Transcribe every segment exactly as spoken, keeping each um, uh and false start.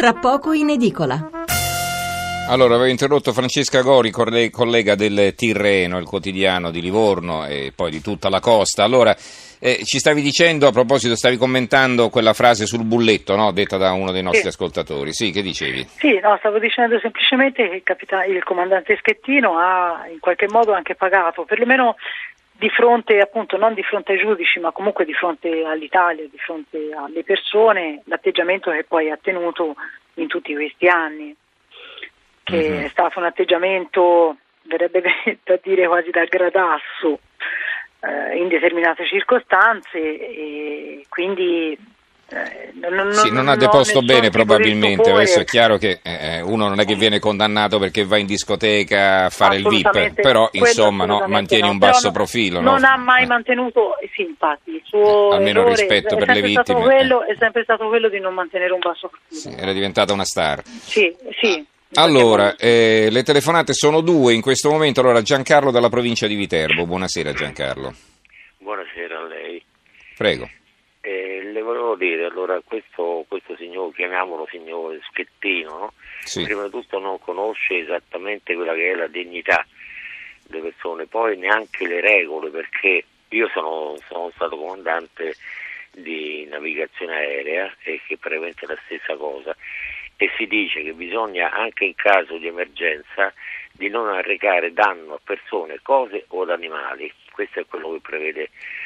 tra poco in edicola. Allora, avevo interrotto Francesca Gori, collega del Tirreno, il quotidiano di Livorno e poi di tutta la costa. Allora, eh, ci stavi dicendo, a proposito, stavi commentando quella frase sul bulletto, no? Detta da uno dei nostri sì. ascoltatori. Sì, che dicevi? Sì, no, stavo dicendo semplicemente che il, capita- il comandante Schettino ha in qualche modo anche pagato, perlomeno di fronte, appunto, non di fronte ai giudici, ma comunque di fronte all'Italia, di fronte alle persone, l'atteggiamento che poi ha tenuto in tutti questi anni. Che mm-hmm. è stato un atteggiamento, verrebbe da dire quasi da gradasso eh, in determinate circostanze, e quindi eh, non, non, sì, non ha deposto non bene probabilmente. Adesso è chiaro che eh, uno non è che viene condannato perché va in discoteca a fare il V I P, però insomma no, mantiene no. un basso no, profilo. Non no? ha mai eh. mantenuto, sì, infatti, il suo eh, almeno errore rispetto è per le vittime. Stato quello, eh. È sempre stato quello di non mantenere un basso profilo. Sì, era diventata una star. Sì, sì. Allora, eh, le telefonate sono due in questo momento. Allora, Giancarlo dalla provincia di Viterbo. Buonasera Giancarlo. Buonasera a lei. Prego. Eh, le volevo dire, allora, questo, questo signore, chiamiamolo signore Schettino, no? Sì. Prima di tutto non conosce esattamente quella che è la dignità delle persone, poi neanche le regole, perché io sono, sono stato comandante di navigazione aerea e che praticamente è la stessa cosa. E si dice che bisogna, anche in caso di emergenza, di non arrecare danno a persone, cose o ad animali. Questo è quello che prevede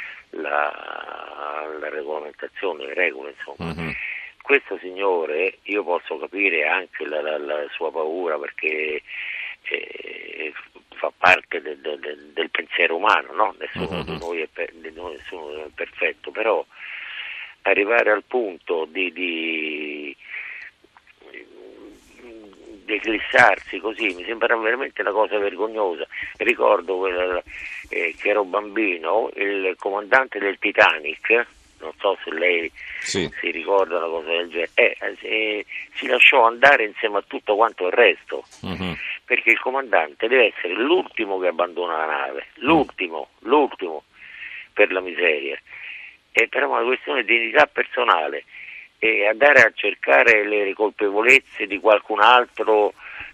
la, la regolamentazione, le regole, insomma. Mm-hmm. Questo signore, io posso capire anche la, la, la sua paura, perché eh, fa parte de, de, de, del pensiero umano, no? Nessuno mm-hmm. di noi è per, di noi, nessuno è perfetto, però arrivare al punto di... di di eclissarsi così mi sembra veramente una cosa vergognosa. Ricordo quella, eh, che ero bambino, il comandante del Titanic, non so se lei sì. si ricorda una cosa del genere, eh, eh, si lasciò andare insieme a tutto quanto il resto, mm-hmm. perché il comandante deve essere l'ultimo che abbandona la nave, l'ultimo, mm. l'ultimo per la miseria. È però una questione di dignità personale. E andare a cercare le colpevolezze di qualcun altro,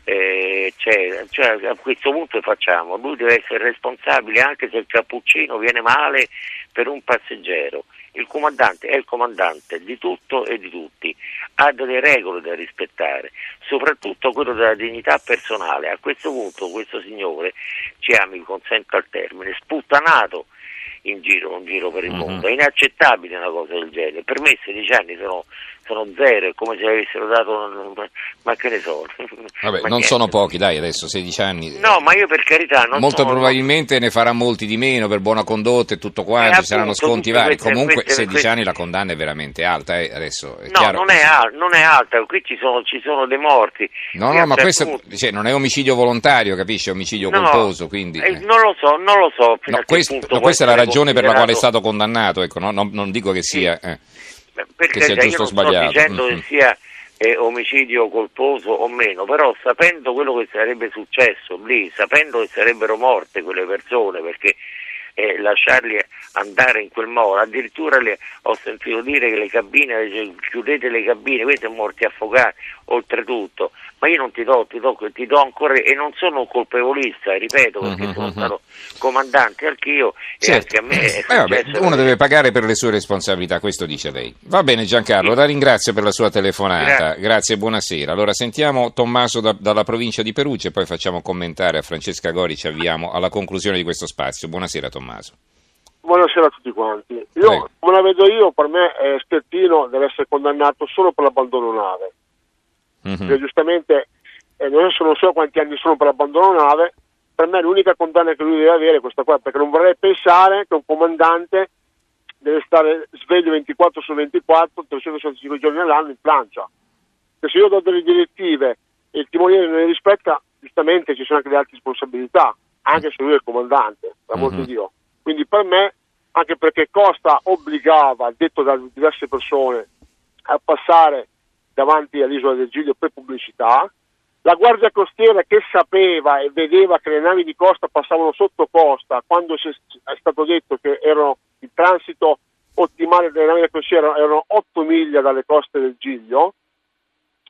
eh, cioè, cioè a questo punto facciamo? Lui deve essere responsabile anche se il cappuccino viene male per un passeggero. Il comandante è il comandante di tutto e di tutti, ha delle regole da rispettare, soprattutto quello della dignità personale. A questo punto questo signore ci ha, mi consento al termine, sputtanato in giro, in giro per il mondo. È inaccettabile una cosa del genere. Per me sedici anni sono, sono zero, è come se avessero dato, ma che ne so. Vabbè, ma non niente. Sono pochi, dai, adesso sedici anni. No, ma io per carità non molto sono, probabilmente ne farà molti di meno per buona condotta e tutto quanto, ci saranno sconti vari. Queste, Comunque queste, sedici queste... anni la condanna è veramente alta, eh, adesso è no, chiaro. non è, al- non è alta, qui ci sono, ci sono dei morti. No, no, ma questo cioè, non è omicidio volontario, capisci? È omicidio no, colposo, quindi eh, non lo so, non lo so. No, questo, no, questa è la ragione per la quale è stato condannato, ecco, no? non, non dico che sia, sì. eh, Perché che sia giusto o sbagliato. Sto dicendo mm-hmm. che sia eh, omicidio colposo o meno, però sapendo quello che sarebbe successo lì, sapendo che sarebbero morte quelle persone, perché eh, lasciarli andare in quel modo, addirittura le, ho sentito dire che le cabine, cioè, chiudete le cabine, questi sono morti affogati, oltretutto. Ma io non ti do, ti do, ti do ancora, e non sono un colpevolista, ripeto, perché mm-hmm. sono stato comandante anch'io, certo. e anche a me è eh, vabbè, uno deve pagare per le sue responsabilità, questo dice lei. Va bene Giancarlo, sì. La ringrazio per la sua telefonata, grazie, grazie e buonasera. Allora sentiamo Tommaso da, dalla provincia di Perugia e poi facciamo commentare a Francesca Gori, ci avviamo alla conclusione di questo spazio. Buonasera Tommaso. Buonasera a tutti quanti. Io, Prego. come la vedo io, per me eh, Schettino deve essere condannato solo per l'abbandono nave. Mm-hmm. Perché giustamente eh, non so, non so quanti anni sono per l'abbandono nave, per me l'unica condanna che lui deve avere è questa qua, perché non vorrei pensare che un comandante deve stare sveglio ventiquattro su ventiquattro, trecentosessantacinque giorni all'anno in plancia. Che se io do delle direttive e il timoniere non le rispetta, giustamente ci sono anche le altre responsabilità, anche se lui è il comandante, per amor di Dio. Quindi per me, anche perché Costa obbligava, detto da diverse persone, a passare davanti all'isola del Giglio per pubblicità, la Guardia Costiera che sapeva e vedeva che le navi di costa passavano sotto costa, quando è stato detto che erano il transito ottimale delle navi da crociera erano otto miglia dalle coste del Giglio,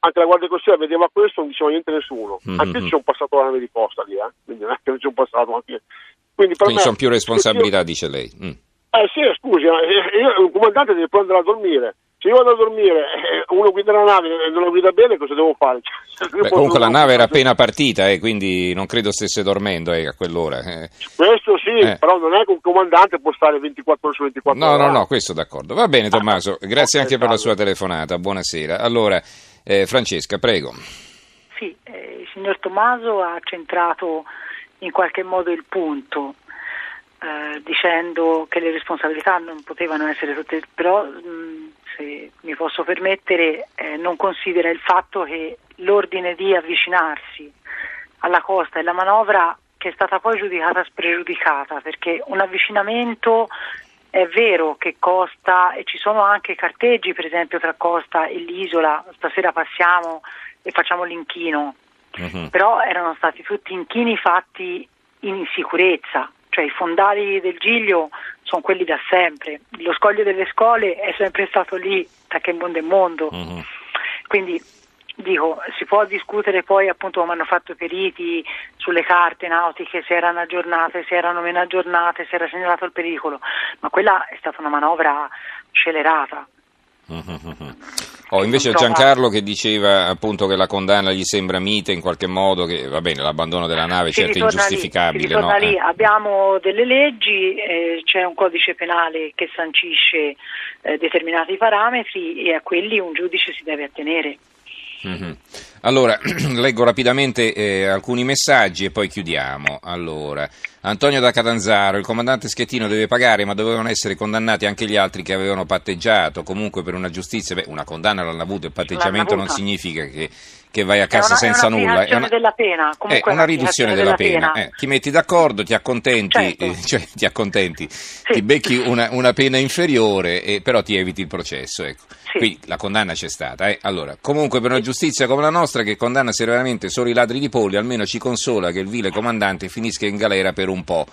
anche la Guardia Costiera vedeva questo, non diceva niente nessuno. Mm-hmm. Anche io ci sono passato la nave di costa lì, eh? Quindi non è che non ci sono passato anche. Quindi, per Quindi me, sono più responsabilità, io, dice lei. Mm. Eh sì, scusi, io, il comandante deve prendere a dormire. Se io vado a dormire e uno guida la nave e non la guida bene, cosa devo fare? Cioè, Beh, comunque la nave era appena partita, eh, quindi non credo stesse dormendo eh, a quell'ora. Eh. Questo sì, eh. Però non è che un comandante può stare ventiquattro ore su ventiquattro no, ore. No, no, no, questo d'accordo. Va bene Tommaso, ah, grazie anche per la sua telefonata, buonasera. Allora, eh, Francesca, prego. Sì, eh, il signor Tommaso ha centrato in qualche modo il punto, eh, dicendo che le responsabilità non potevano essere tutte, però mh, se mi posso permettere, eh, non considera il fatto che l'ordine di avvicinarsi alla costa e la manovra, che è stata poi giudicata spregiudicata, perché un avvicinamento è vero che costa, e ci sono anche carteggi per esempio tra costa e l'isola, stasera passiamo e facciamo l'inchino, uh-huh. Però erano stati tutti inchini fatti in sicurezza, cioè i fondali del Giglio sono quelli da sempre, lo scoglio delle Scole è sempre stato lì da che mondo è mondo, uh-huh. Quindi dico, si può discutere poi appunto come hanno fatto i periti sulle carte nautiche, se erano aggiornate, se erano meno aggiornate, se era segnalato il pericolo, ma quella è stata una manovra scelerata. Uh-huh. Oh, invece Giancarlo che diceva appunto che la condanna gli sembra mite in qualche modo, che va bene, l'abbandono della nave si certo è ingiustificabile, lì, no? lì. Eh. Abbiamo delle leggi, eh, c'è un codice penale che sancisce eh, determinati parametri e a quelli un giudice si deve attenere. Mm-hmm. Allora, leggo rapidamente eh, alcuni messaggi e poi chiudiamo. Allora, Antonio da Catanzaro, il comandante Schettino deve pagare, ma dovevano essere condannati anche gli altri che avevano patteggiato. Comunque per una giustizia, beh, una condanna l'hanno avuta, il patteggiamento non significa che, che vai a casa è una, senza è nulla. È una della pena. È una riduzione della, della pena. pena. Eh, ti metti d'accordo, ti accontenti, certo. eh, cioè ti accontenti, sì. Ti becchi una, una pena inferiore, eh, però ti eviti il processo, ecco. Sì. Qui la condanna c'è stata. Eh. Allora, comunque per una giustizia come la nostra, che condanna severamente solo i ladri di polli, almeno ci consola che il vile comandante finisca in galera per un po'.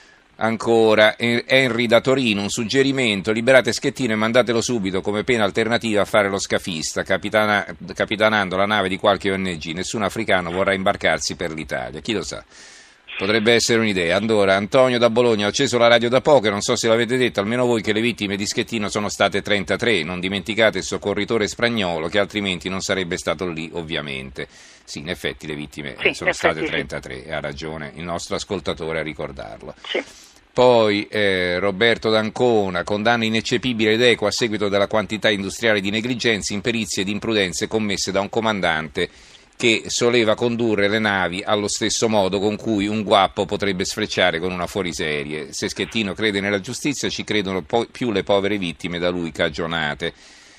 Ancora, Henry da Torino, un suggerimento: liberate Schettino e mandatelo subito come pena alternativa a fare lo scafista, capitana, capitanando la nave di qualche O N G. Nessun africano vorrà imbarcarsi per l'Italia, chi lo sa. Potrebbe essere un'idea. Allora, Antonio da Bologna, ho acceso la radio da poco, non so se l'avete detto, almeno voi, che le vittime di Schettino sono state trentatré. Non dimenticate il soccorritore Spragnolo, che altrimenti non sarebbe stato lì, ovviamente. Sì, in effetti le vittime sì, sono state trentatré, sì. Ha ragione il nostro ascoltatore a ricordarlo. Sì. Poi eh, Roberto d'Ancona, condanna ineccepibile ed equa a seguito della quantità industriale di negligenze, imperizie ed imprudenze commesse da un comandante che soleva condurre le navi allo stesso modo con cui un guappo potrebbe sfrecciare con una fuoriserie. Se Schettino crede nella giustizia, ci credono po- più le povere vittime da lui cagionate.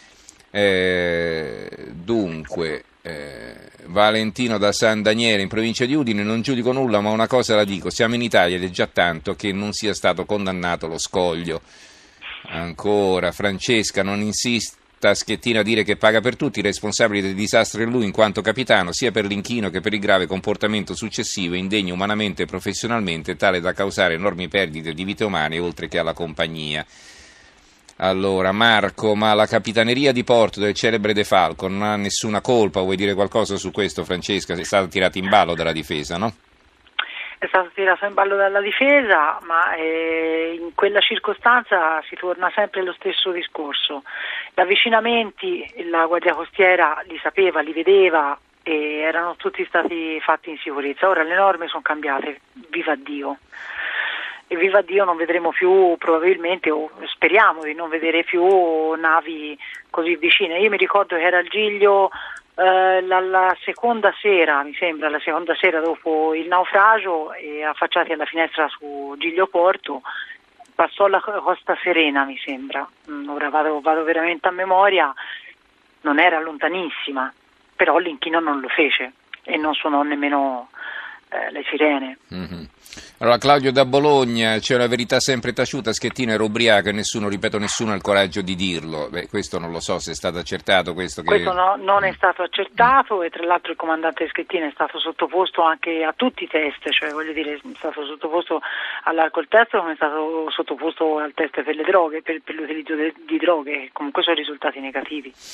Eh, dunque, eh, Valentino da San Daniele, in provincia di Udine, non giudico nulla, ma una cosa la dico: siamo in Italia ed è già tanto che non sia stato condannato lo scoglio. Ancora, Francesca, non insiste Schettino a dire che paga per tutti, il responsabile del disastro è lui in quanto capitano, sia per l'inchino che per il grave comportamento successivo, indegno umanamente e professionalmente, tale da causare enormi perdite di vite umane oltre che alla compagnia. Allora, Marco, ma la capitaneria di porto del celebre De Falco non ha nessuna colpa? Vuoi dire qualcosa su questo, Francesca? Sei stata tirata in ballo dalla difesa, no? È stato tirato in ballo dalla difesa, ma eh, in quella circostanza si torna sempre allo stesso discorso. Gli avvicinamenti la Guardia Costiera li sapeva, li vedeva e erano tutti stati fatti in sicurezza. Ora le norme sono cambiate, viva Dio. E viva Dio non vedremo più, probabilmente, o speriamo di non vedere più navi così vicine. Io mi ricordo che era il Giglio eh, la, la seconda sera, mi sembra, la seconda sera dopo il naufragio, e affacciati alla finestra su Giglio Porto, passò la Costa Serena, mi sembra. Ora vado, vado veramente a memoria, non era lontanissima, però l'inchino non lo fece e non suonò nemmeno eh, le sirene. Mm-hmm. Allora, Claudio da Bologna, c'è una verità sempre taciuta: Schettino era ubriaco e nessuno, ripeto, nessuno ha il coraggio di dirlo. Beh, questo non lo so se è stato accertato. Questo, che... questo no, non è stato accertato, mm. e tra l'altro il comandante Schettino è stato sottoposto anche a tutti i test, cioè voglio dire, è stato sottoposto all'alcol test come è stato sottoposto al test per le droghe, per, per l'utilizzo de, di droghe, comunque sono risultati negativi.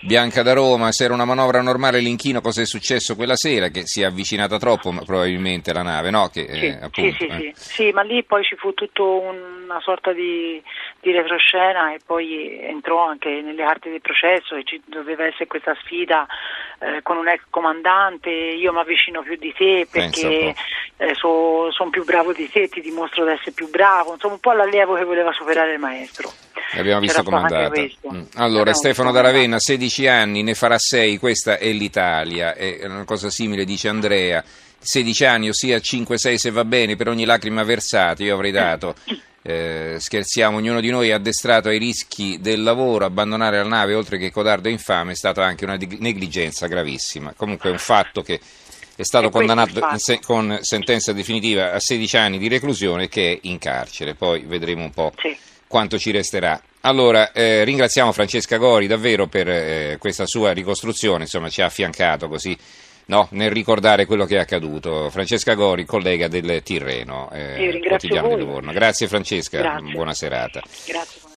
Bianca da Roma, se era una manovra normale l'inchino, cosa è successo quella sera? Che si è avvicinata troppo probabilmente la nave, no? Che, sì, eh, appunto, sì, sì, eh. sì, sì, ma lì poi ci fu tutto una sorta di, di retroscena e poi entrò anche nelle carte del processo e ci doveva essere questa sfida eh, con un ex comandante, io mi avvicino più di te perché eh, sono son più bravo di te, ti dimostro di essere più bravo, insomma un po' l'allievo che voleva superare il maestro. L'abbiamo visto come è andata. Mm. Allora, Stefano da Ravenna, sedici anni, ne farà sei, questa è l'Italia, è una cosa simile, dice Andrea, sedici anni, ossia cinque sei se va bene, per ogni lacrima versata, io avrei dato, eh, scherziamo, ognuno di noi è addestrato ai rischi del lavoro, abbandonare la nave oltre che codardo e infame è stata anche una negligenza gravissima, comunque è un fatto che è stato condannato se- con sentenza definitiva a sedici anni di reclusione, che è in carcere, poi vedremo un po' sì. quanto ci resterà. Allora, eh, ringraziamo Francesca Gori davvero per eh, questa sua ricostruzione, insomma ci ha affiancato così, no, nel ricordare quello che è accaduto. Francesca Gori, collega del Tirreno, eh, quotidiano di Livorno. Grazie Francesca, Grazie. buona serata. Grazie.